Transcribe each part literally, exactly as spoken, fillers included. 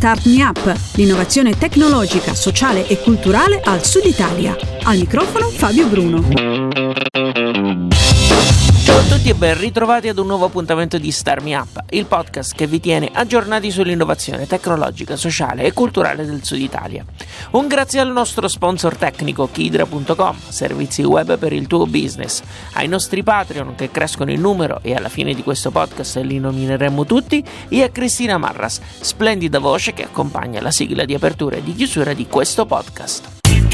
Start Me Up, l'innovazione tecnologica, sociale e culturale al Sud Italia. Al microfono Fabio Bruno. Ciao a tutti e ben ritrovati ad un nuovo appuntamento di Start Me Up, il podcast che vi tiene aggiornati sull'innovazione tecnologica, sociale e culturale del Sud Italia. Un grazie al nostro sponsor tecnico Kidra punto com, servizi web per il tuo business, ai nostri Patreon che crescono in numero e alla fine di questo podcast li nomineremo tutti, e a Cristina Marras, splendida voce che accompagna la sigla di apertura e di chiusura di questo podcast.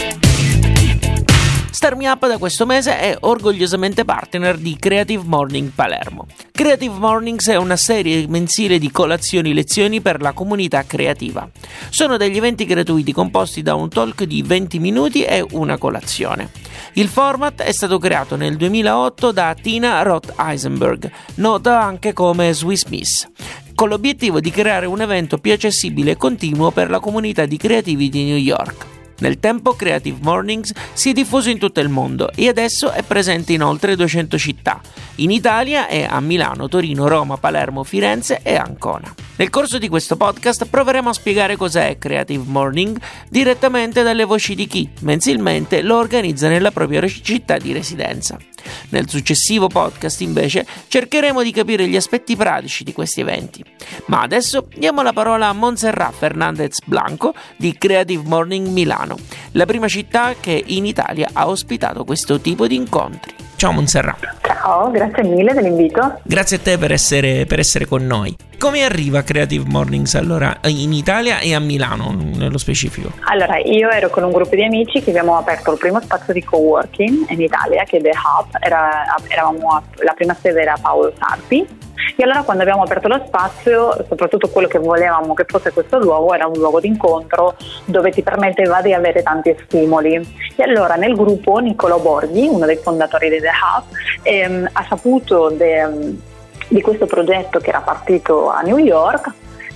Start Me Up da questo mese è orgogliosamente partner di Creative Morning Palermo. Creative Mornings è una serie mensile di colazioni-lezioni per la comunità creativa. Sono degli eventi gratuiti composti da un talk di venti minuti e una colazione. Il format è stato creato nel duemilaotto da Tina Roth-Eisenberg, nota anche come Swiss Miss, con l'obiettivo di creare un evento più accessibile e continuo per la comunità di creativi di New York. Nel tempo Creative Mornings si è diffuso in tutto il mondo e adesso è presente in oltre duecento città. In Italia è a Milano, Torino, Roma, Palermo, Firenze e Ancona. Nel corso di questo podcast proveremo a spiegare cos'è Creative Morning direttamente dalle voci di chi mensilmente lo organizza nella propria città di residenza. Nel successivo podcast invece cercheremo di capire gli aspetti pratici di questi eventi. Ma adesso diamo la parola a Montserrat Fernandez Blanco di Creative Morning Milano, la prima città che in Italia ha ospitato questo tipo di incontri. Ciao Montserrat. Ciao, grazie mille dell'invito. Grazie a te per essere, per essere con noi. Come arriva Creative Mornings allora in Italia e a Milano nello specifico? Allora, io ero con un gruppo di amici che abbiamo aperto il primo spazio di coworking in Italia, che è The Hub. Era, eravamo a, la prima sede era Paolo Sarpi. E allora quando abbiamo aperto lo spazio, soprattutto quello che volevamo che fosse questo luogo, era un luogo di incontro dove ti permetteva di avere tanti stimoli. E allora nel gruppo Niccolò Borghi, uno dei fondatori di The Hub, ehm, ha saputo de, di questo progetto che era partito a New York,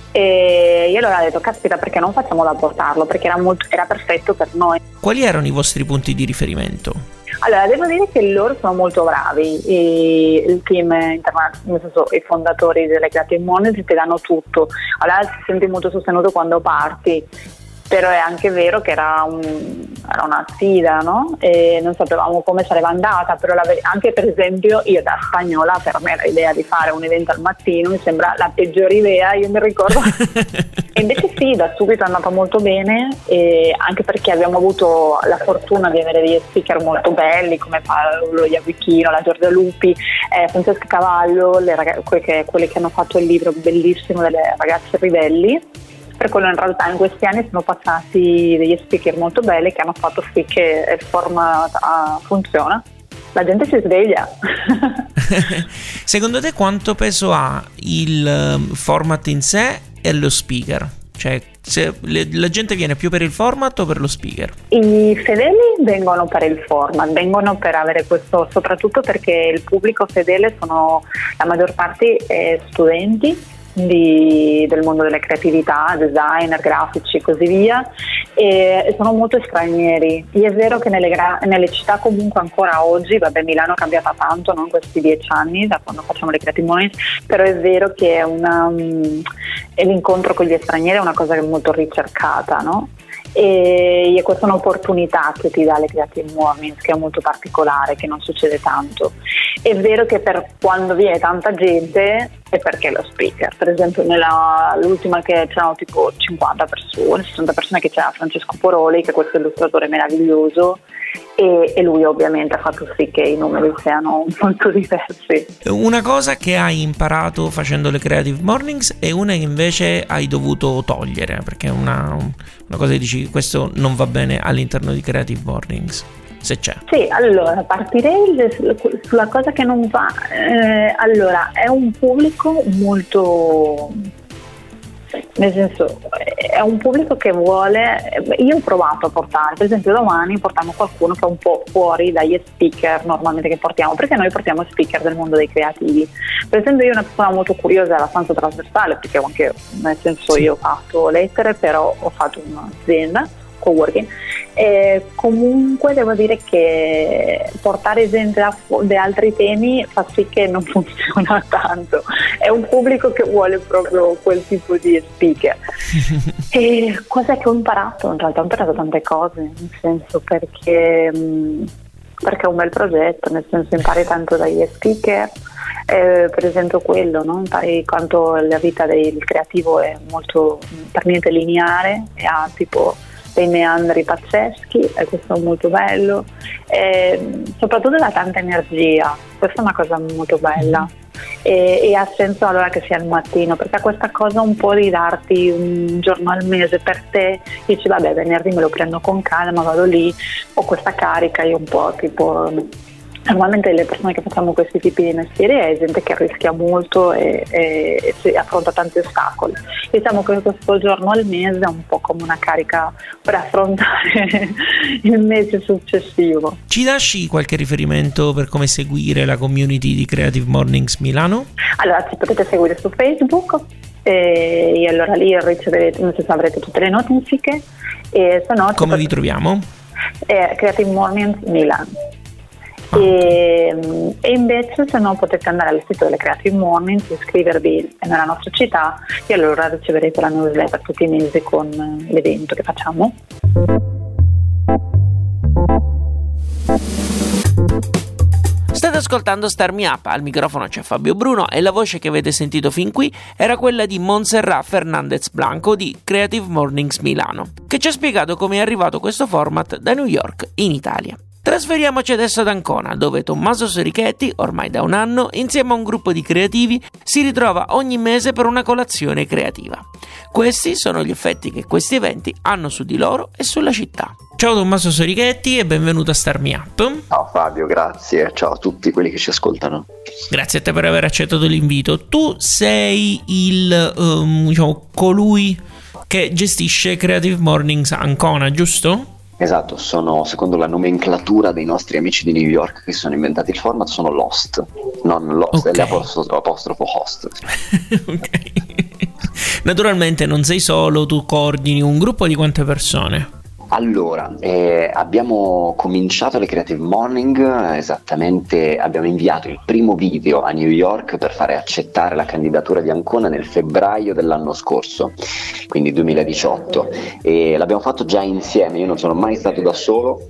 e io allora ho detto caspita, perché non facciamo da portarlo, perché era, molto, era perfetto per noi. Quali erano i vostri punti di riferimento? Allora, devo dire che loro sono molto bravi, e il team internazionale, nel senso i fondatori delle Creative Mornings ti danno tutto. Allora ti senti molto sostenuto quando parti, però è anche vero che era, un, era una sfida, no? E non sapevamo come sarebbe andata, però la, anche per esempio io da spagnola, per me l'idea di fare un evento al mattino mi sembra la peggiore idea, io mi ricordo. E invece sì, da subito è andata molto bene, e anche perché abbiamo avuto la fortuna di avere degli speaker molto belli come Paolo Iaguichino, la Giorgia Lupi, eh, Francesca Cavallo, le ragazze, quelle, che, quelle che hanno fatto il libro bellissimo delle ragazze ribelli. Per quello in realtà in questi anni sono passati degli speaker molto belli che hanno fatto sì che il format uh, funziona. La gente si sveglia. Secondo te quanto peso ha il format in sé e lo speaker? Cioè, se le, la gente viene più per il format o per lo speaker? I fedeli vengono per il format, vengono per avere questo, soprattutto perché il pubblico fedele sono la maggior parte eh, studenti Di, del mondo delle creatività, designer, grafici e così via, e, e sono molto stranieri. E è vero che nelle, gra- nelle città comunque ancora oggi, vabbè, Milano è cambiata tanto, no? In questi dieci anni da quando facciamo le Creative Mornings, però è vero che è una, um, è l'incontro con gli stranieri è una cosa che è molto ricercata, no? E questa è un'opportunità che ti dà le Creative Mornings, che è molto particolare, che non succede tanto. È vero che per quando viene tanta gente è perché lo speaker, per esempio nella, l'ultima che c'erano tipo cinquanta persone, sessanta persone, che c'era Francesco Poroli, che è questo illustratore meraviglioso, e, e lui ovviamente ha fatto sì che i numeri siano molto diversi. Una cosa che hai imparato facendo le Creative Mornings e una che invece hai dovuto togliere, perché è una, una cosa che dici questo non va bene all'interno di Creative Mornings, se c'è. Sì, allora partirei sulla cosa che non va. Eh, allora, è un pubblico molto, nel senso, è un pubblico che vuole, io ho provato a portare, per esempio domani portiamo qualcuno che è un po' fuori dagli speaker normalmente che portiamo, perché noi portiamo speaker del mondo dei creativi. Per esempio io una persona molto curiosa, abbastanza trasversale, perché anche, nel senso, io ho fatto lettere, però ho fatto un'azienda coworking, e comunque devo dire che portare gente da, da altri temi fa sì che non funziona tanto. È un pubblico che vuole proprio quel tipo di speaker. E cos'è che ho imparato? In realtà ho imparato tante cose, nel senso perché, perché è un bel progetto, nel senso impari tanto dagli speaker, eh, per esempio quello, no? Impari quanto la vita del creativo è molto, per niente lineare, e ha tipo dei meandri pazzeschi, e questo è molto bello, e soprattutto da tanta energia, questa è una cosa molto bella. E, e ha senso allora che sia il mattino, perché questa cosa un po' di darti un giorno al mese per te, dici vabbè venerdì me lo prendo con calma, vado lì, ho questa carica, io un po' tipo, normalmente le persone che facciamo questi tipi di mestieri è gente che rischia molto e, e, e si affronta tanti ostacoli. Diciamo che questo giorno al mese è un po' come una carica per affrontare il mese successivo. Ci lasci qualche riferimento per come seguire la community di Creative Mornings Milano? Allora ci potete seguire su Facebook e allora lì riceverete, nel senso, avrete tutte le notifiche, e se no come vi troviamo? Eh, Creative Mornings Milano. E, e invece se no potete andare al sito delle Creative Mornings, iscrivervi nella nostra città, e allora riceverete la newsletter tutti i mesi con l'evento che facciamo. State ascoltando Start Me Up, al microfono c'è Fabio Bruno e la voce che avete sentito fin qui era quella di Montserrat Fernandez Blanco di Creative Mornings Milano, che ci ha spiegato come è arrivato questo format da New York in Italia. Trasferiamoci adesso ad Ancona, dove Tommaso Sorichetti, ormai da un anno, insieme a un gruppo di creativi, si ritrova ogni mese per una colazione creativa. Questi sono gli effetti che questi eventi hanno su di loro e sulla città. Ciao Tommaso Sorichetti e benvenuto a Start Me Up. Ciao Fabio, grazie. Ciao a tutti quelli che ci ascoltano. Grazie a te per aver accettato l'invito. Tu sei il, um, diciamo, colui che gestisce Creative Mornings Ancona, giusto? Esatto, sono, secondo la nomenclatura dei nostri amici di New York che si sono inventati il format, sono l'host, non l'host, okay. È l'apostrofo host. Ok. Naturalmente non sei solo, tu coordini un gruppo di quante persone? Allora, eh, abbiamo cominciato le Creative Morning, eh, esattamente abbiamo inviato il primo video a New York per fare accettare la candidatura di Ancona nel febbraio dell'anno scorso, quindi duemiladiciotto, e l'abbiamo fatto già insieme, io non sono mai stato da solo.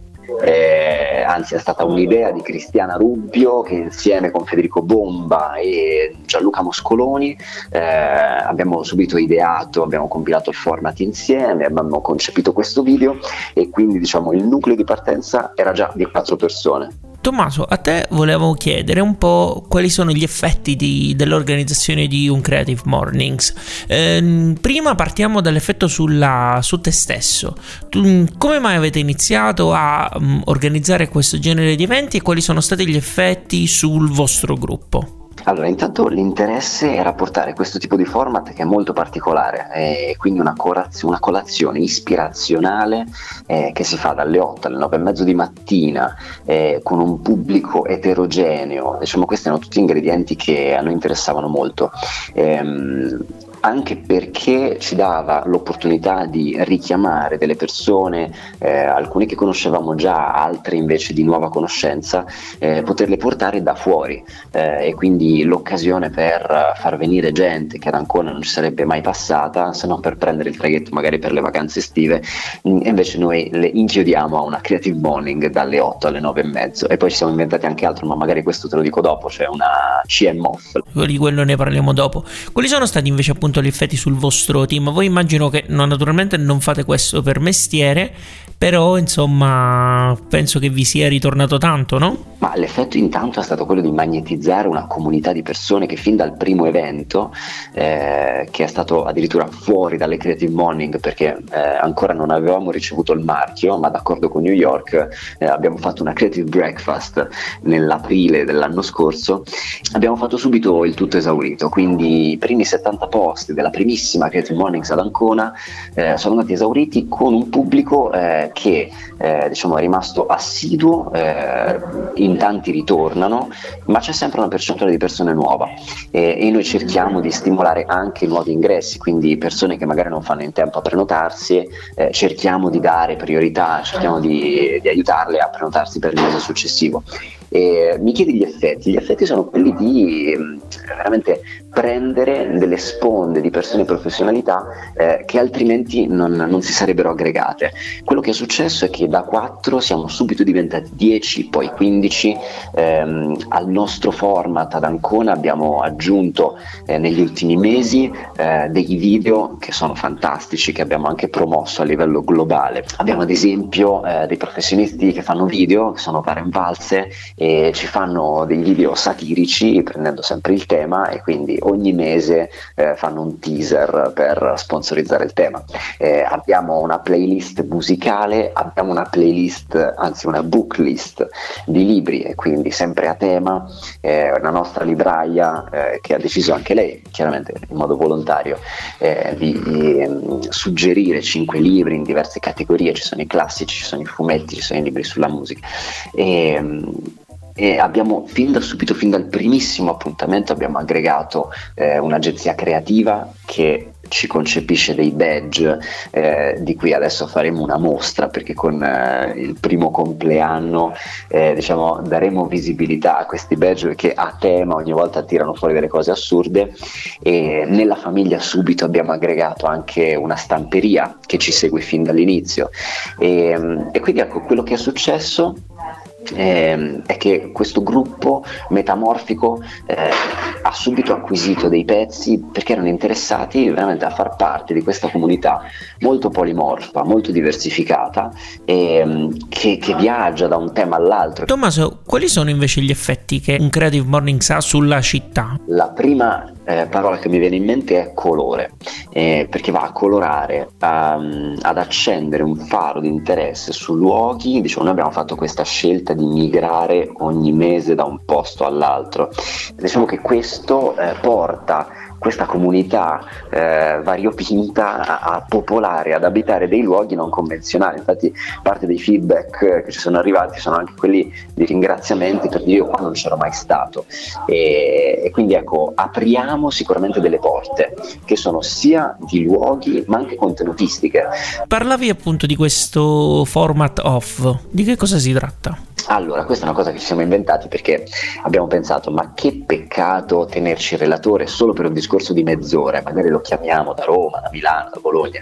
Eh, anzi è stata un'idea di Cristiana Rubbio che insieme con Federico Bomba e Gianluca Moscoloni eh, abbiamo subito ideato, abbiamo compilato il format insieme, abbiamo concepito questo video e quindi diciamo il nucleo di partenza era già di quattro persone. Tommaso, a te volevo chiedere un po' quali sono gli effetti di, dell'organizzazione di un Creative Mornings. Eh, prima partiamo dall'effetto sulla, su te stesso. Tu, come mai avete iniziato a um, organizzare questo genere di eventi e quali sono stati gli effetti sul vostro gruppo? Allora, intanto l'interesse era portare questo tipo di format che è molto particolare, e quindi una, corazio- una colazione ispirazionale eh, che si fa dalle otto alle nove e mezzo di mattina eh, con un pubblico eterogeneo. Diciamo, questi erano tutti ingredienti che a noi interessavano molto. Ehm, anche perché ci dava l'opportunità di richiamare delle persone, eh, alcune che conoscevamo già, altre invece di nuova conoscenza, eh, poterle portare da fuori eh, e quindi l'occasione per far venire gente che ad Ancona non ci sarebbe mai passata, se non per prendere il traghetto magari per le vacanze estive, e invece noi le inchiodiamo a una Creative Morning dalle otto alle nove e mezzo. E poi ci siamo inventati anche altro, ma magari questo te lo dico dopo, c'è una C M O F. Di quello ne parliamo dopo. Quali sono stati invece appunto gli effetti sul vostro team? Voi immagino che no, naturalmente non fate questo per mestiere, però insomma penso che vi sia ritornato tanto, no? Ma l'effetto intanto è stato quello di magnetizzare una comunità di persone che fin dal primo evento, eh, che è stato addirittura fuori dalle Creative Morning perché eh, ancora non avevamo ricevuto il marchio, ma d'accordo con New York eh, abbiamo fatto una Creative Breakfast nell'aprile dell'anno scorso, abbiamo fatto subito il tutto esaurito, quindi i primi settanta posti della primissima Creative Mornings ad Ancona eh, sono andati esauriti con un pubblico eh, che eh, diciamo è rimasto assiduo, eh, in tanti ritornano, ma c'è sempre una percentuale di persone nuova e, e noi cerchiamo di stimolare anche nuovi ingressi, quindi persone che magari non fanno in tempo a prenotarsi, eh, cerchiamo di dare priorità, cerchiamo di, di aiutarle a prenotarsi per il mese successivo. E mi chiedi gli effetti, gli effetti sono quelli di veramente prendere delle sponde di persone e professionalità eh, che altrimenti non, non si sarebbero aggregate. Quello che è successo è che da quattro siamo subito diventati dieci, poi quindici. Ehm, al nostro format ad Ancona abbiamo aggiunto eh, negli ultimi mesi eh, dei video che sono fantastici, che abbiamo anche promosso a livello globale. Abbiamo ad esempio eh, dei professionisti che fanno video, che sono Karen Valse, e ci fanno dei video satirici prendendo sempre il tema, e quindi ogni mese eh, fanno un teaser per sponsorizzare il tema. Eh, abbiamo una playlist musicale, abbiamo una playlist, anzi una book list di libri, e quindi sempre a tema, eh, la nostra libraia eh, che ha deciso anche lei, chiaramente in modo volontario, eh, di, di um, suggerire cinque libri in diverse categorie. Ci sono i classici, ci sono i fumetti, ci sono i libri sulla musica, e um, E abbiamo fin da subito, fin dal primissimo appuntamento, abbiamo aggregato eh, un'agenzia creativa che ci concepisce dei badge, eh, di cui adesso faremo una mostra, perché con eh, il primo compleanno eh, diciamo daremo visibilità a questi badge che a tema ogni volta tirano fuori delle cose assurde. E nella famiglia subito abbiamo aggregato anche una stamperia che ci segue fin dall'inizio, e, e quindi ecco, quello che è successo Eh, è che questo gruppo metamorfico eh, ha subito acquisito dei pezzi, perché erano interessati veramente a far parte di questa comunità molto polimorfa, molto diversificata, e, che, che viaggia da un tema all'altro. Tommaso, quali sono invece gli effetti che un Creative Mornings ha sulla città? La prima eh, parola che mi viene in mente è colore, eh, perché va a colorare, a, ad accendere un faro di interesse su luoghi. Diciamo, noi abbiamo fatto questa scelta di migrare ogni mese da un posto all'altro. Diciamo che questo eh, porta questa comunità eh, variopinta a, a popolare, ad abitare dei luoghi non convenzionali. Infatti parte dei feedback che ci sono arrivati sono anche quelli di ringraziamenti, per dire io qua non c'ero mai stato, e, e quindi ecco, apriamo sicuramente delle porte che sono sia di luoghi ma anche contenutistiche. Parlavi appunto di questo format off, di che cosa si tratta? Allora, questa è una cosa che ci siamo inventati perché abbiamo pensato, ma che peccato tenerci il relatore solo per un discorso di mezz'ora, magari lo chiamiamo da Roma, da Milano, da Bologna,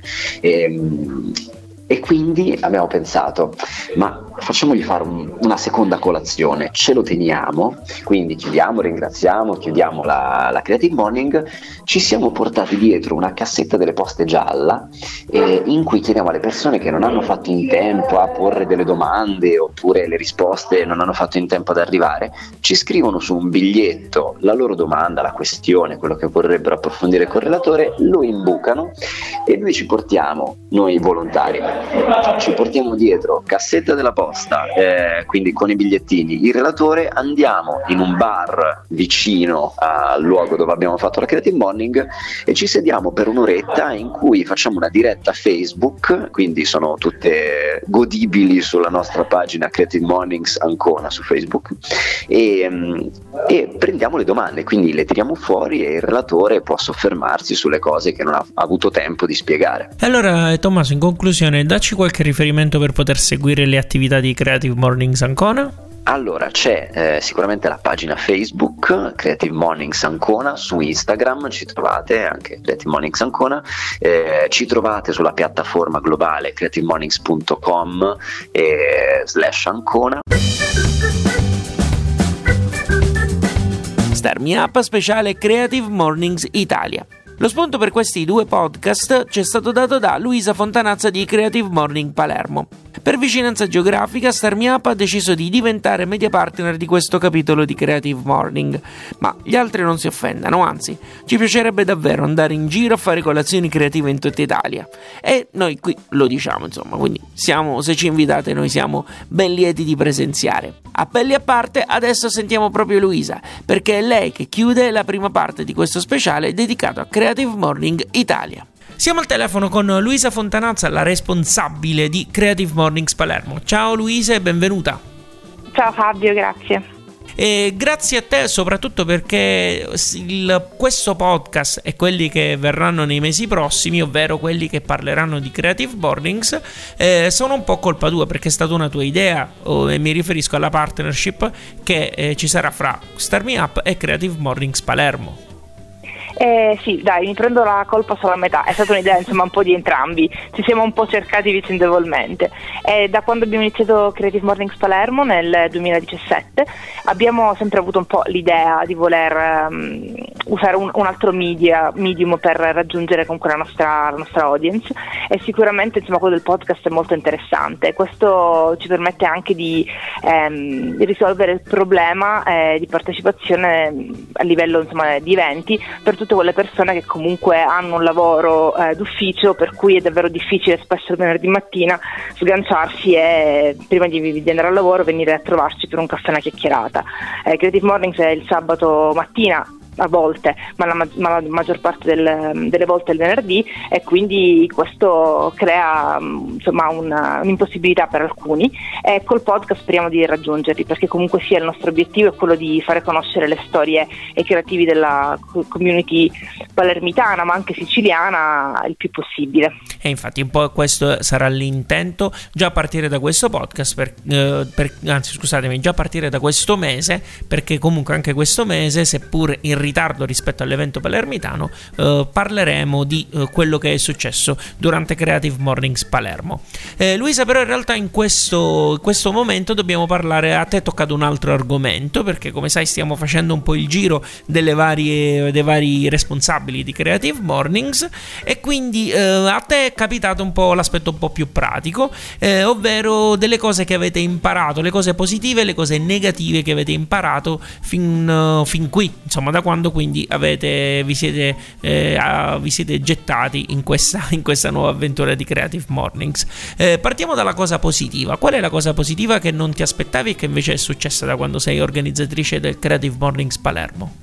e, e quindi abbiamo pensato, ma facciamogli fare un, una seconda colazione, ce lo teniamo, quindi chiudiamo, ringraziamo, chiudiamo la, la Creative Morning. Ci siamo portati dietro una cassetta delle poste gialla, eh, in cui chiediamo alle persone che non hanno fatto in tempo a porre delle domande, oppure le risposte non hanno fatto in tempo ad arrivare, ci scrivono su un biglietto la loro domanda, la questione, quello che vorrebbero approfondire col relatore, lo imbucano e noi ci portiamo, noi volontari, ci portiamo dietro cassetta della posta, eh, quindi con i bigliettini, il relatore, andiamo in un bar vicino al luogo dove abbiamo fatto la Creative Morning e ci sediamo per un'oretta in cui facciamo una diretta Facebook, quindi sono tutte godibili sulla nostra pagina Creative Mornings Ancona su Facebook, e, e prendiamo le domande, quindi le tiriamo fuori e il relatore può soffermarsi sulle cose che non ha avuto tempo di spiegare. Allora Tommaso, in conclusione, dacci qualche riferimento per poter seguire le attività di Creative Mornings Ancona? Allora, c'è eh, sicuramente la pagina Facebook Creative Mornings Ancona, su Instagram ci trovate anche Creative Mornings Ancona, eh, ci trovate sulla piattaforma globale creative mornings punto com eh, slash Ancona. Start Me Up speciale Creative Mornings Italia. Lo spunto per questi due podcast ci è stato dato da Luisa Fontanazza di Creative Morning Palermo. Per vicinanza geografica, Start Me Up ha deciso di diventare media partner di questo capitolo di Creative Morning, ma gli altri non si offendano, anzi, ci piacerebbe davvero andare in giro a fare colazioni creative in tutta Italia. E noi qui lo diciamo, insomma, quindi siamo, se ci invitate, noi siamo ben lieti di presenziare. Appelli a parte, adesso sentiamo proprio Luisa, perché è lei che chiude la prima parte di questo speciale dedicato a Creative Morning Italia. Siamo al telefono con Luisa Fontanazza, la responsabile di Creative Mornings Palermo. Ciao Luisa e benvenuta. Ciao Fabio, grazie. E grazie a te soprattutto perché il, questo podcast e quelli che verranno nei mesi prossimi, ovvero quelli che parleranno di Creative Mornings, eh, sono un po' colpa tua, perché è stata una tua idea, oh, e mi riferisco alla partnership che eh, ci sarà fra Start Me Up e Creative Mornings Palermo. Eh, sì, dai, mi prendo la colpa solo a metà, è stata un'idea insomma un po' di entrambi, ci siamo un po' cercati vicendevolmente. E da quando abbiamo iniziato Creative Mornings Palermo nel duemiladiciassette abbiamo sempre avuto un po' l'idea di voler um, usare un, un altro media, medium per raggiungere comunque la nostra, la nostra audience, e sicuramente insomma quello del podcast è molto interessante. Questo ci permette anche di, ehm, di risolvere il problema eh, di partecipazione a livello insomma di eventi per tutte quelle persone che comunque hanno un lavoro eh, d'ufficio, per cui è davvero difficile spesso il venerdì mattina sganciarsi e prima di, di andare al lavoro venire a trovarci per un caffè e una chiacchierata. eh, Creative Mornings è il sabato mattina a volte, ma la, ma la maggior parte del, delle volte è il venerdì, e quindi questo crea insomma una, un'impossibilità per alcuni, e col podcast speriamo di raggiungerli, perché comunque sia il nostro obiettivo è quello di fare conoscere le storie e i creativi della community palermitana ma anche siciliana il più possibile. E infatti un po' questo sarà l'intento già a partire da questo podcast, per, eh, per, anzi scusatemi, già a partire da questo mese, perché comunque anche questo mese, seppur in ritardo rispetto all'evento palermitano, eh, parleremo di eh, quello che è successo durante Creative Mornings Palermo. eh, Luisa, però in realtà in questo, in questo momento dobbiamo parlare, a te è toccato un altro argomento, perché come sai stiamo facendo un po' il giro delle varie, dei vari responsabili di Creative Mornings, e quindi eh, a te è capitato un po' l'aspetto un po' più pratico, eh, ovvero delle cose che avete imparato, le cose positive e le cose negative che avete imparato fin, uh, fin qui, insomma da quando quindi avete, vi, siete, eh, a, vi siete gettati in questa, in questa nuova avventura di Creative Mornings. Eh, partiamo dalla cosa positiva. Qual è la cosa positiva che non ti aspettavi e che invece è successa da quando sei organizzatrice del Creative Mornings Palermo?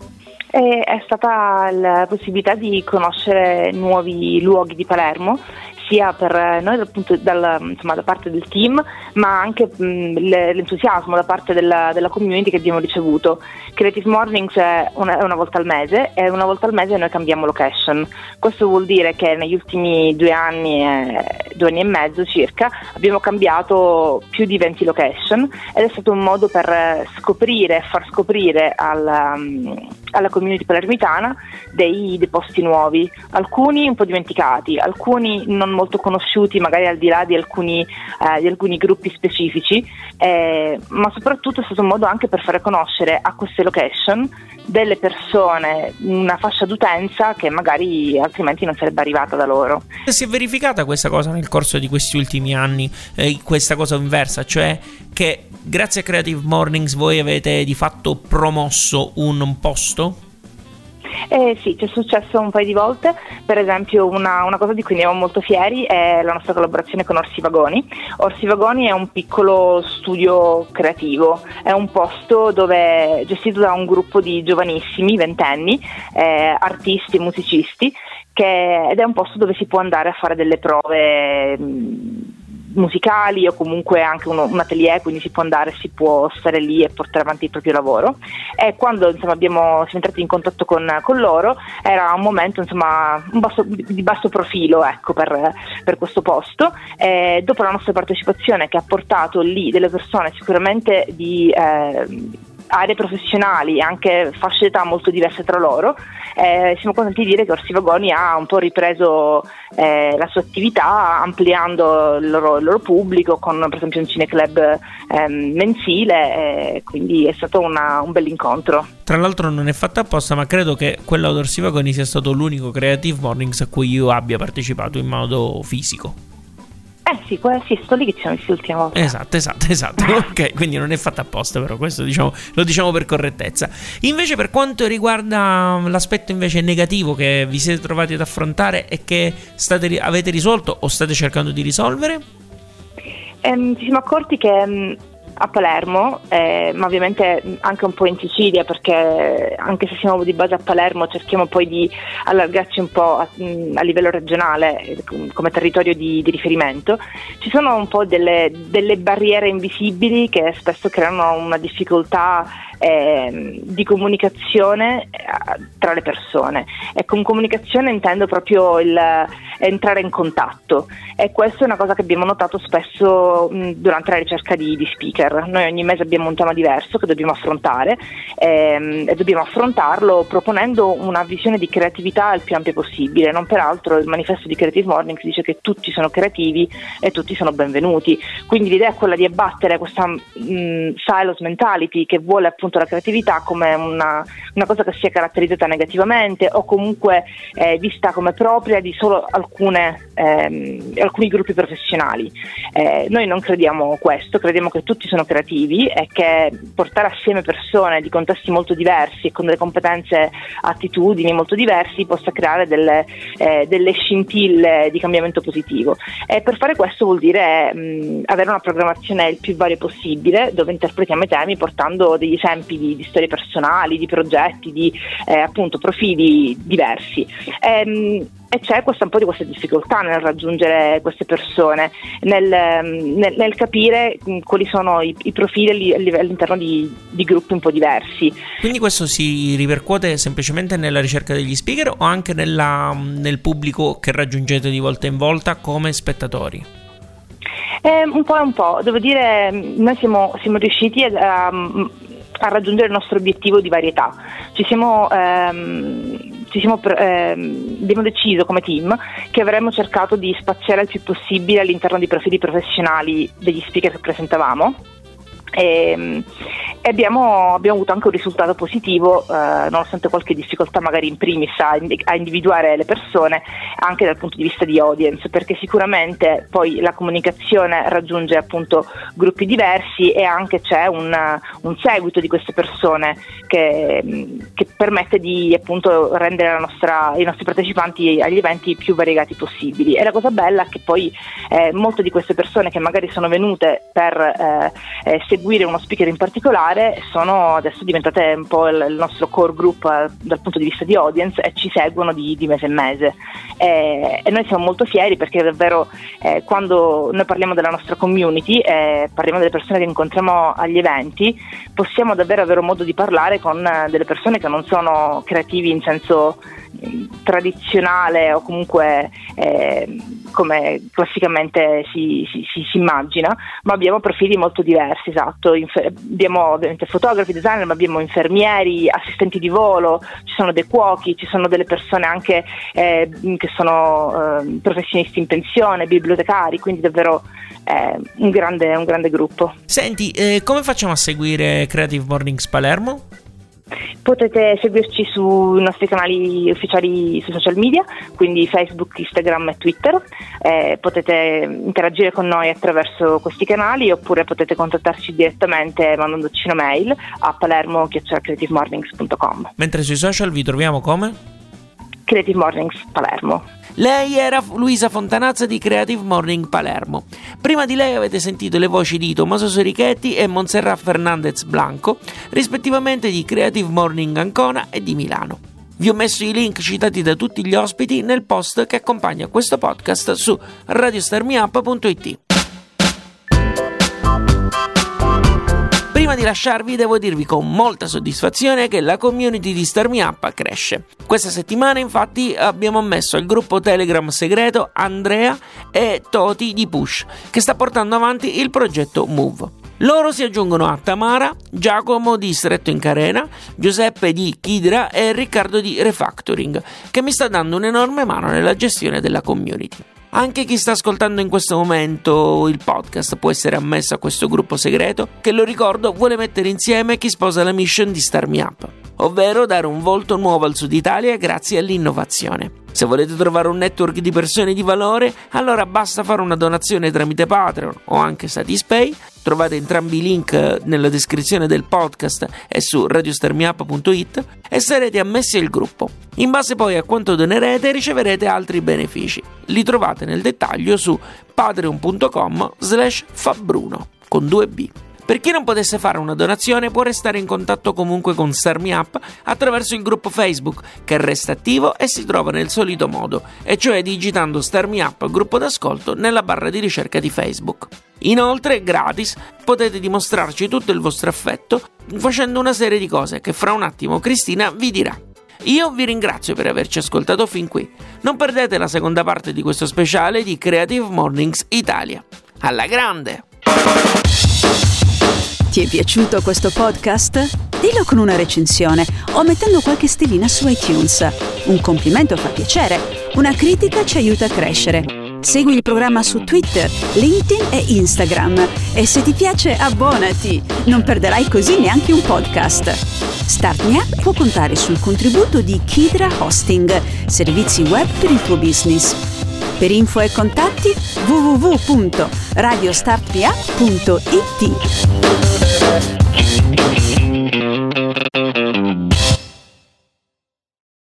È stata la possibilità di conoscere nuovi luoghi di Palermo, sia per noi dal punto, dal, insomma, da parte del team, ma anche mh, l'entusiasmo da parte della, della community che abbiamo ricevuto. Creative Mornings è una, è una volta al mese, e una volta al mese noi cambiamo location. Questo vuol dire che negli ultimi due anni, eh, due anni e mezzo circa, abbiamo cambiato più di venti location, ed è stato un modo per scoprire, far scoprire alla, alla community palermitana dei, dei posti nuovi, alcuni un po' dimenticati, alcuni non molto conosciuti magari al di là di alcuni, eh, di alcuni gruppi specifici, eh, ma soprattutto è stato un modo anche per fare conoscere a queste location delle persone, una fascia d'utenza che magari altrimenti non sarebbe arrivata da loro. Si è verificata questa cosa nel corso di questi ultimi anni, eh, questa cosa inversa, cioè che grazie a Creative Mornings voi avete di fatto promosso un, un posto? Eh sì, ci è successo un paio di volte. Per esempio una, una cosa di cui andiamo molto fieri è la nostra collaborazione con Orsi Vagoni. Orsi Vagoni è un piccolo studio creativo, è un posto dove gestito da un gruppo di giovanissimi, ventenni, eh, artisti e musicisti, che, ed è un posto dove si può andare a fare delle prove mh, musicali, o comunque anche uno, un atelier, quindi si può andare, si può stare lì e portare avanti il proprio lavoro. E quando insomma abbiamo siamo entrati in contatto con, con loro, era un momento insomma un basso, di basso profilo, ecco, per, per questo posto. E dopo la nostra partecipazione, che ha portato lì delle persone sicuramente di eh, aree professionali, anche fasce d'età molto diverse tra loro, eh, siamo contenti di dire che Orsi Vagoni ha un po' ripreso eh, la sua attività, ampliando il loro, il loro pubblico con per esempio un cineclub eh, mensile, eh, quindi è stato una, un bell'incontro. Tra l'altro non è fatta apposta, ma credo che quello ad Orsi Vagoni sia stato l'unico Creative Mornings a cui io abbia partecipato in modo fisico. Eh sì, sì, sto lì che ci siamo visti l'ultima volta. Esatto, esatto, esatto. Ok, quindi non è fatta apposta, però questo diciamo, lo diciamo per correttezza. Invece per quanto riguarda l'aspetto invece negativo che vi siete trovati ad affrontare e che state, avete risolto o state cercando di risolvere? Ehm, ci siamo accorti che mh, a Palermo, eh, ma ovviamente anche un po' in Sicilia, perché anche se siamo di base a Palermo cerchiamo poi di allargarci un po' a, a livello regionale come territorio di, di riferimento. Ci sono un po' delle, delle barriere invisibili che spesso creano una difficoltà eh, di comunicazione eh, tra le persone, e con comunicazione intendo proprio il, entrare in contatto, e questa è una cosa che abbiamo notato spesso mh, durante la ricerca di, di speaker. Noi ogni mese abbiamo un tema diverso che dobbiamo affrontare ehm, e dobbiamo affrontarlo proponendo una visione di creatività il più ampia possibile. Non peraltro il manifesto di Creative Mornings dice che tutti sono creativi e tutti sono benvenuti, quindi l'idea è quella di abbattere questa mh, silos mentality che vuole appunto la creatività come una, una cosa che sia caratterizzata negativamente o comunque eh, vista come propria di solo alcune, ehm, alcuni gruppi professionali. Eh, noi non crediamo questo, crediamo che tutti sono creativi e che portare assieme persone di contesti molto diversi e con delle competenze, attitudini molto diversi possa creare delle, eh, delle scintille di cambiamento positivo. E per fare questo vuol dire mh, avere una programmazione il più varia possibile, dove interpretiamo i temi portando degli esempi di, di storie personali, di progetti, di eh, appunto profili diversi. Ehm, E c'è questa, un po' di questa difficoltà nel raggiungere queste persone, nel, nel, nel capire quali sono i, i profili all'interno di, di gruppi un po' diversi. Quindi questo si ripercuote semplicemente nella ricerca degli speaker o anche nella, nel pubblico che raggiungete di volta in volta come spettatori? Eh, un po' e un po', devo dire, noi siamo, siamo riusciti a, a raggiungere il nostro obiettivo di varietà. Ci siamo... Ehm, Ci siamo, ehm, abbiamo deciso come team che avremmo cercato di spaziare il più possibile all'interno dei profili professionali degli speaker che presentavamo e, e abbiamo, abbiamo avuto anche un risultato positivo, eh, nonostante qualche difficoltà magari in primis a, a individuare le persone anche dal punto di vista di audience, perché sicuramente poi la comunicazione raggiunge appunto gruppi diversi e anche c'è un, un seguito di queste persone che, che permette di appunto rendere la nostra, i nostri partecipanti agli eventi più variegati possibili. E la cosa bella è che poi eh, molte di queste persone che magari sono venute per eh, eh, seguire uno speaker in particolare sono adesso diventate un po' il, il nostro core group eh, dal punto di vista di audience e ci seguono di, di mese in mese. E, e noi siamo molto fieri perché davvero eh, quando noi parliamo della nostra community e eh, parliamo delle persone che incontriamo agli eventi, possiamo davvero avere un modo di parlare con eh, delle persone che non sono creativi in senso eh, tradizionale o comunque eh, come classicamente si, si, si, si immagina, ma abbiamo profili molto diversi, esatto. Infer- abbiamo ovviamente fotografi, designer, ma abbiamo infermieri, assistenti di volo, ci sono dei cuochi, ci sono delle persone anche eh, che sono eh, professionisti in pensione, bibliotecari, quindi davvero eh, un grande, un grande gruppo. Senti, eh, come facciamo a seguire Creative Mornings Palermo? Potete seguirci sui nostri canali ufficiali sui social media, quindi Facebook, Instagram e Twitter. Eh, potete interagire con noi attraverso questi canali oppure potete contattarci direttamente mandandoci una mail a palermo chiocciola creative mornings punto com. Mentre sui social vi troviamo come? Creative Mornings Palermo. Lei era Luisa Fontanazza di Creative Morning Palermo. Prima di lei avete sentito le voci di Tommaso Sorichetti e Montserrat Fernandez Blanco, rispettivamente di Creative Morning Ancona e di Milano. Vi ho messo i link citati da tutti gli ospiti nel post che accompagna questo podcast su radio star me up punto it. Prima di lasciarvi devo dirvi con molta soddisfazione che la community di Star Me Up cresce. Questa settimana infatti abbiamo ammesso al gruppo Telegram segreto Andrea e Toti di Push, che sta portando avanti il progetto Move. Loro si aggiungono a Tamara, Giacomo di Stretto in Carena, Giuseppe di Kidra e Riccardo di Refactoring, che mi sta dando un'enorme mano nella gestione della community. Anche chi sta ascoltando in questo momento il podcast può essere ammesso a questo gruppo segreto che, lo ricordo, vuole mettere insieme chi sposa la mission di Star Me Up, ovvero dare un volto nuovo al Sud Italia grazie all'innovazione. Se volete trovare un network di persone di valore, allora basta fare una donazione tramite Patreon o anche Satispay. Trovate entrambi i link nella descrizione del podcast e su radio star me up punto it e sarete ammessi al gruppo. In base poi a quanto donerete riceverete altri benefici. Li trovate nel dettaglio su patreon punto com slash fabbruno con due B. Per chi non potesse fare una donazione può restare in contatto comunque con Star Me Up attraverso il gruppo Facebook, che resta attivo e si trova nel solito modo, e cioè digitando Star Me Up gruppo d'ascolto nella barra di ricerca di Facebook. Inoltre, gratis, potete dimostrarci tutto il vostro affetto facendo una serie di cose che fra un attimo Cristina vi dirà. Io vi ringrazio per averci ascoltato fin qui. Non perdete la seconda parte di questo speciale di Creative Mornings Italia. Alla grande! Ti è piaciuto questo podcast? Dillo con una recensione o mettendo qualche stellina su iTunes. Un complimento fa piacere, una critica ci aiuta a crescere. Segui il programma su Twitter, LinkedIn e Instagram e se ti piace abbonati, non perderai così neanche un podcast. Start Me Up può contare sul contributo di Kidra Hosting, servizi web per il tuo business. Per info e contatti w w w punto radio start me up punto i t.